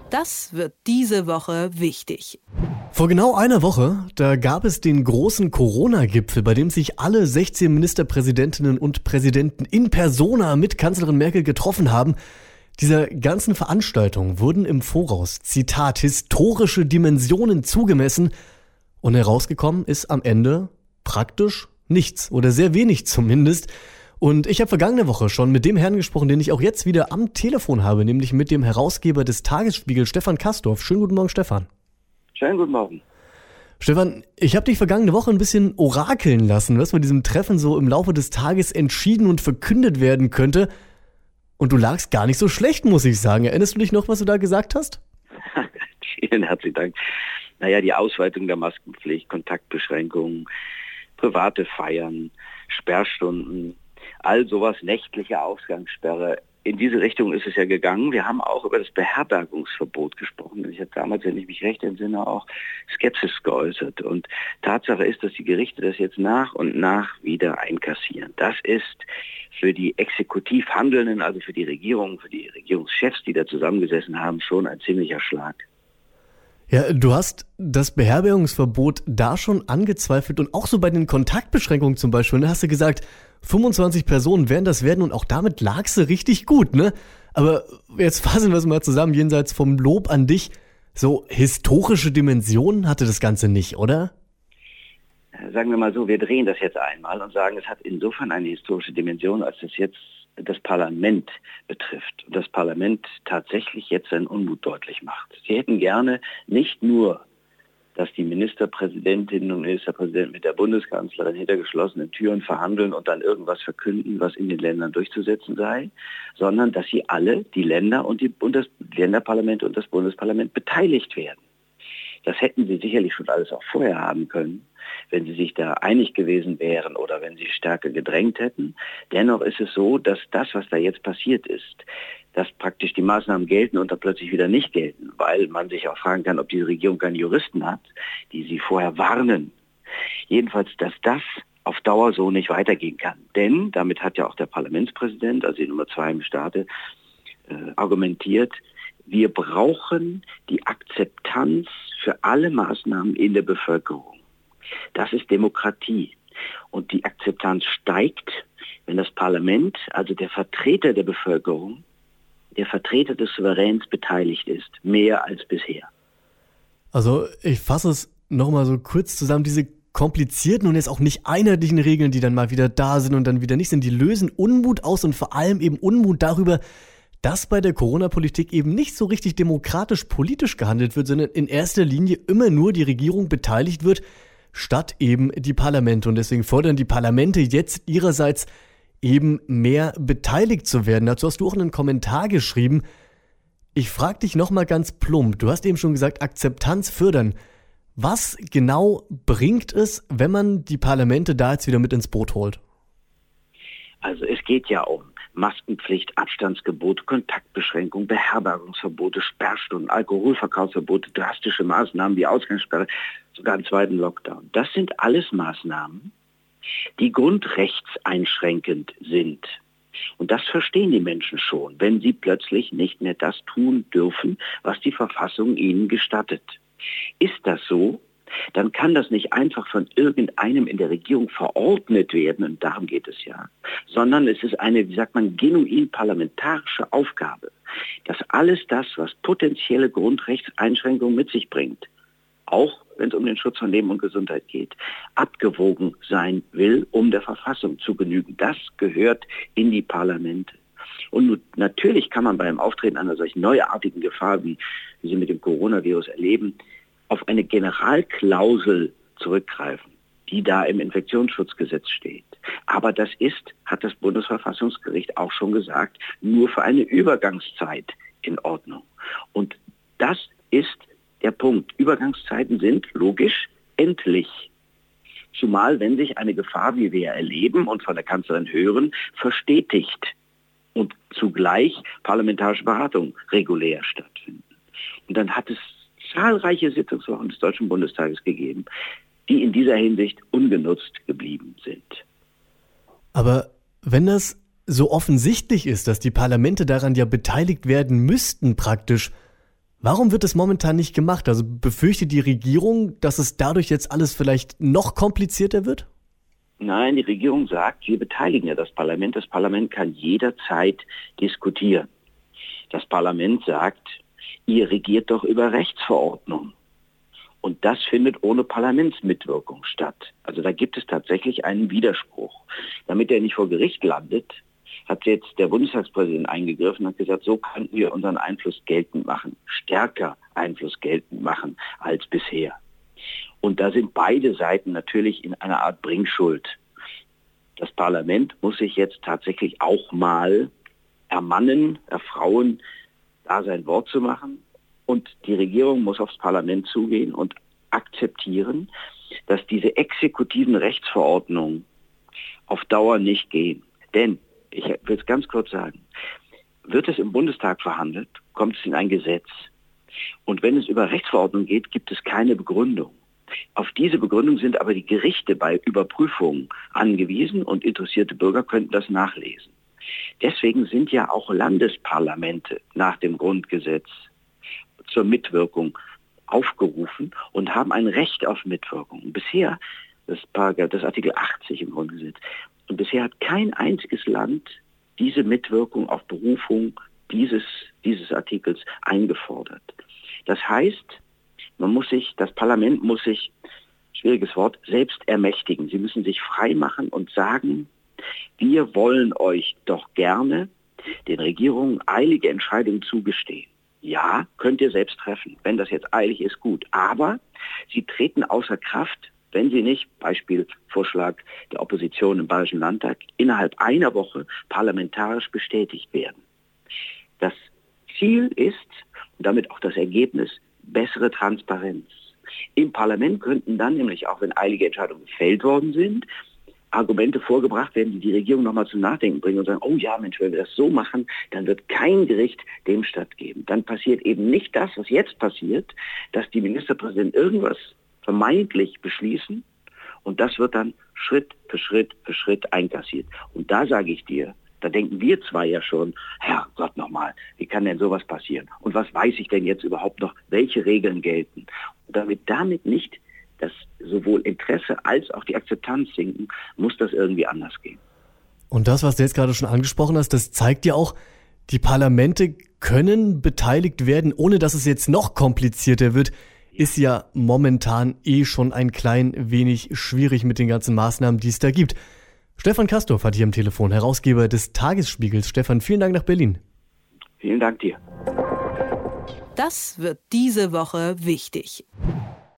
Das wird diese Woche wichtig. Vor genau einer Woche, da gab es den großen Corona-Gipfel, bei dem sich alle 16 Ministerpräsidentinnen und Präsidenten in persona mit Kanzlerin Merkel getroffen haben. Dieser ganzen Veranstaltung wurden im Voraus, Zitat, historische Dimensionen zugemessen und herausgekommen ist am Ende praktisch nichts oder sehr wenig zumindest. Und ich habe vergangene Woche schon mit dem Herrn gesprochen, den ich auch jetzt wieder am Telefon habe, nämlich mit dem Herausgeber des Tagesspiegel, Stefan Kastorf. Schönen guten Morgen, Stefan. Schönen guten Morgen. Stefan, ich habe dich vergangene Woche ein bisschen orakeln lassen, was bei diesem Treffen so im Laufe des Tages entschieden und verkündet werden könnte. Und du lagst gar nicht so schlecht, muss ich sagen. Erinnerst du dich noch, was du da gesagt hast? Vielen herzlichen Dank. Naja, die Ausweitung der Maskenpflicht, Kontaktbeschränkungen, private Feiern, Sperrstunden, all sowas, nächtliche Ausgangssperre. In diese Richtung ist es ja gegangen. Wir haben auch über das Beherbergungsverbot gesprochen. Ich habe damals, wenn ich mich recht entsinne, auch Skepsis geäußert. Und Tatsache ist, dass die Gerichte das jetzt nach und nach wieder einkassieren. Das ist für die exekutiv Handelnden, also für die Regierung, für die Regierungschefs, die da zusammengesessen haben, schon ein ziemlicher Schlag. Ja, du hast das Beherbergungsverbot da schon angezweifelt und auch so bei den Kontaktbeschränkungen zum Beispiel, da hast du gesagt, 25 Personen werden das werden und auch damit lagst du richtig gut, ne? Aber jetzt fassen wir es mal zusammen, jenseits vom Lob an dich, so historische Dimensionen hatte das Ganze nicht, oder? Sagen wir mal so, wir drehen das jetzt einmal und sagen, es hat insofern eine historische Dimension, als das jetzt das Parlament betrifft und das Parlament tatsächlich jetzt seinen Unmut deutlich macht. Sie hätten gerne nicht nur, dass die Ministerpräsidentinnen und Ministerpräsidenten mit der Bundeskanzlerin hinter geschlossenen Türen verhandeln und dann irgendwas verkünden, was in den Ländern durchzusetzen sei, sondern dass sie alle, die Länder und das Länderparlament und das Bundesparlament, beteiligt werden. Das hätten sie sicherlich schon alles auch vorher haben können, wenn sie sich da einig gewesen wären oder wenn sie stärker gedrängt hätten. Dennoch ist es so, dass das, was da jetzt passiert ist, dass praktisch die Maßnahmen gelten und dann plötzlich wieder nicht gelten, weil man sich auch fragen kann, ob diese Regierung keine Juristen hat, die sie vorher warnen. Jedenfalls, dass das auf Dauer so nicht weitergehen kann. Denn, damit hat ja auch der Parlamentspräsident, also die Nummer 2 im Staate, argumentiert, wir brauchen die Akzeptanz für alle Maßnahmen in der Bevölkerung. Das ist Demokratie. Und die Akzeptanz steigt, wenn das Parlament, also der Vertreter der Bevölkerung, der Vertreter des Souveräns beteiligt ist, mehr als bisher. Also ich fasse es nochmal so kurz zusammen, diese komplizierten und jetzt auch nicht einheitlichen Regeln, die dann mal wieder da sind und dann wieder nicht sind, die lösen Unmut aus und vor allem eben Unmut darüber, dass bei der Corona-Politik eben nicht so richtig demokratisch-politisch gehandelt wird, sondern in erster Linie immer nur die Regierung beteiligt wird, statt eben die Parlamente. Und deswegen fordern die Parlamente jetzt ihrerseits eben mehr beteiligt zu werden. Dazu hast du auch einen Kommentar geschrieben. Ich frage dich nochmal ganz plump. Du hast eben schon gesagt, Akzeptanz fördern. Was genau bringt es, wenn man die Parlamente da jetzt wieder mit ins Boot holt? Also es geht ja um Maskenpflicht, Abstandsgebote, Kontaktbeschränkung, Beherbergungsverbote, Sperrstunden, Alkoholverkaufsverbote, drastische Maßnahmen wie Ausgangssperre, sogar einen zweiten Lockdown. Das sind alles Maßnahmen, die grundrechtseinschränkend sind. Und das verstehen die Menschen schon, wenn sie plötzlich nicht mehr das tun dürfen, was die Verfassung ihnen gestattet. Ist das so? Dann kann das nicht einfach von irgendeinem in der Regierung verordnet werden, und darum geht es ja, sondern es ist eine, wie sagt man, genuin parlamentarische Aufgabe, dass alles das, was potenzielle Grundrechtseinschränkungen mit sich bringt, auch wenn es um den Schutz von Leben und Gesundheit geht, abgewogen sein will, um der Verfassung zu genügen. Das gehört in die Parlamente. Und natürlich kann man beim Auftreten einer solchen neuartigen Gefahr, wie sie mit dem Coronavirus erleben, auf eine Generalklausel zurückgreifen, die da im Infektionsschutzgesetz steht. Aber das ist, hat das Bundesverfassungsgericht auch schon gesagt, nur für eine Übergangszeit in Ordnung. Und das ist der Punkt. Übergangszeiten sind logisch endlich. Zumal, wenn sich eine Gefahr, wie wir erleben und von der Kanzlerin hören, verstetigt und zugleich parlamentarische Beratungen regulär stattfinden. Und dann hat es zahlreiche Sitzungswochen des Deutschen Bundestages gegeben, die in dieser Hinsicht ungenutzt geblieben sind. Aber wenn das so offensichtlich ist, dass die Parlamente daran ja beteiligt werden müssten praktisch, Warum wird es momentan nicht gemacht? Also befürchtet die Regierung, dass es dadurch jetzt alles vielleicht noch komplizierter wird? Nein, die Regierung sagt, wir beteiligen ja das Parlament. Das Parlament kann jederzeit diskutieren. Das Parlament sagt, ihr regiert doch über Rechtsverordnungen. Und das findet ohne Parlamentsmitwirkung statt. Also da gibt es tatsächlich einen Widerspruch. Damit er nicht vor Gericht landet, hat jetzt der Bundestagspräsident eingegriffen und hat gesagt, so könnten wir unseren Einfluss geltend machen, stärker Einfluss geltend machen als bisher. Und da sind beide Seiten natürlich in einer Art Bringschuld. Das Parlament muss sich jetzt tatsächlich auch mal erfrauen, da sein Wort zu machen. Und die Regierung muss aufs Parlament zugehen und akzeptieren, dass diese exekutiven Rechtsverordnungen auf Dauer nicht gehen. Denn, ich will es ganz kurz sagen, wird es im Bundestag verhandelt, kommt es in ein Gesetz. Und wenn es über Rechtsverordnungen geht, gibt es keine Begründung. Auf diese Begründung sind aber die Gerichte bei Überprüfungen angewiesen und interessierte Bürger könnten das nachlesen. Deswegen sind ja auch Landesparlamente nach dem Grundgesetz zur Mitwirkung aufgerufen und haben ein Recht auf Mitwirkung. Und bisher, das Artikel 80 im Grundgesetz, und bisher hat kein einziges Land diese Mitwirkung auf Berufung dieses Artikels eingefordert. Das heißt, das Parlament muss sich, schwieriges Wort, selbst ermächtigen. Sie müssen sich frei machen und sagen, wir wollen euch doch gerne den Regierungen eilige Entscheidungen zugestehen. Ja, könnt ihr selbst treffen. Wenn das jetzt eilig ist, gut. Aber sie treten außer Kraft, wenn sie nicht, Beispiel Vorschlag der Opposition im Bayerischen Landtag, innerhalb einer Woche parlamentarisch bestätigt werden. Das Ziel ist, und damit auch das Ergebnis, bessere Transparenz. Im Parlament könnten dann nämlich, auch wenn eilige Entscheidungen gefällt worden sind, Argumente vorgebracht werden, die die Regierung nochmal zum Nachdenken bringen und sagen, oh ja, Mensch, wenn wir das so machen, dann wird kein Gericht dem stattgeben. Dann passiert eben nicht das, was jetzt passiert, dass die Ministerpräsidenten irgendwas vermeintlich beschließen und das wird dann Schritt für Schritt für Schritt einkassiert. Und da sage ich dir, da denken wir zwei ja schon, Herrgott nochmal, wie kann denn sowas passieren? Und was weiß ich denn jetzt überhaupt noch, welche Regeln gelten? Und damit nicht das sowohl Interesse als auch die Akzeptanz sinken, muss das irgendwie anders gehen. Und das, was du jetzt gerade schon angesprochen hast, das zeigt ja auch, die Parlamente können beteiligt werden, ohne dass es jetzt noch komplizierter wird, ist ja momentan schon ein klein wenig schwierig mit den ganzen Maßnahmen, die es da gibt. Stefan Kastorf hat hier am Telefon, Herausgeber des Tagesspiegels. Stefan, vielen Dank nach Berlin. Vielen Dank dir. Das wird diese Woche wichtig.